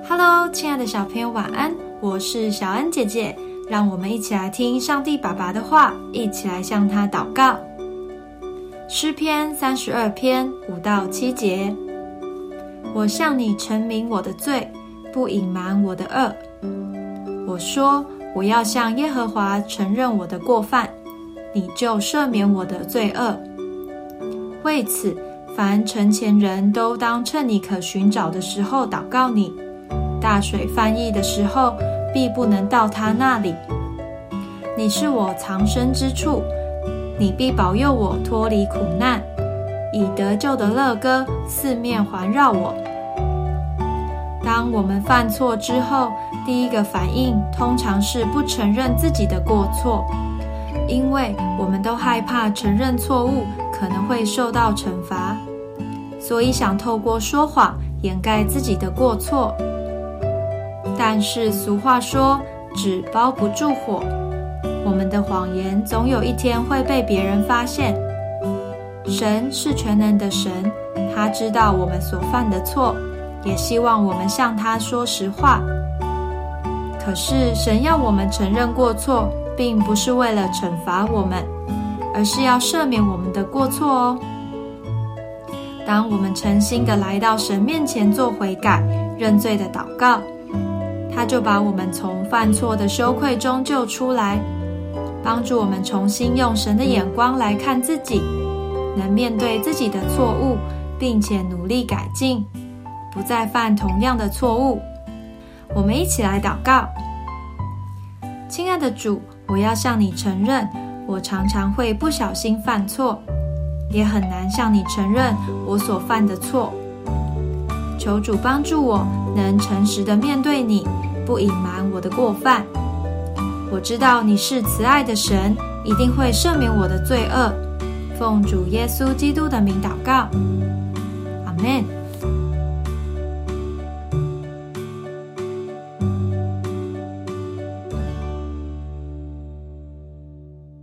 Hello， 亲爱的小朋友，晚安！我是小恩姐姐，让我们一起来听上帝爸爸的话，一起来向他祷告。诗篇32篇5到7节：我向你陈明我的罪，不隐瞒我的恶。我说，我要向耶和华承认我的过犯，你就赦免我的罪恶。为此，凡诚虔人都当趁你可寻找的时候祷告你。大水泛溢的时候，必不能到他那里。你是我藏身之处，你必保佑我脱离苦难，以得救的乐歌四面环绕我。当我们犯错之后，第一个反应通常是不承认自己的过错，因为我们都害怕承认错误可能会受到惩罚，所以想透过说谎掩盖自己的过错。但是俗话说，纸包不住火，我们的谎言总有一天会被别人发现。神是全能的神，他知道我们所犯的错，也希望我们向他说实话。可是神要我们承认过错，并不是为了惩罚我们，而是要赦免我们的过错哦。当我们诚心的来到神面前做悔改、认罪的祷告，他就把我们从犯错的羞愧中救出来，帮助我们重新用神的眼光来看自己，能面对自己的错误，并且努力改进，不再犯同样的错误。我们一起来祷告。亲爱的主，我要向你承认，我常常会不小心犯错，也很难向你承认我所犯的错。求主帮助我能诚实的面对你，不隐瞒我的过犯。我知道你是慈爱的神，一定会赦免我的罪恶。奉主耶稣基督的名祷告，阿们。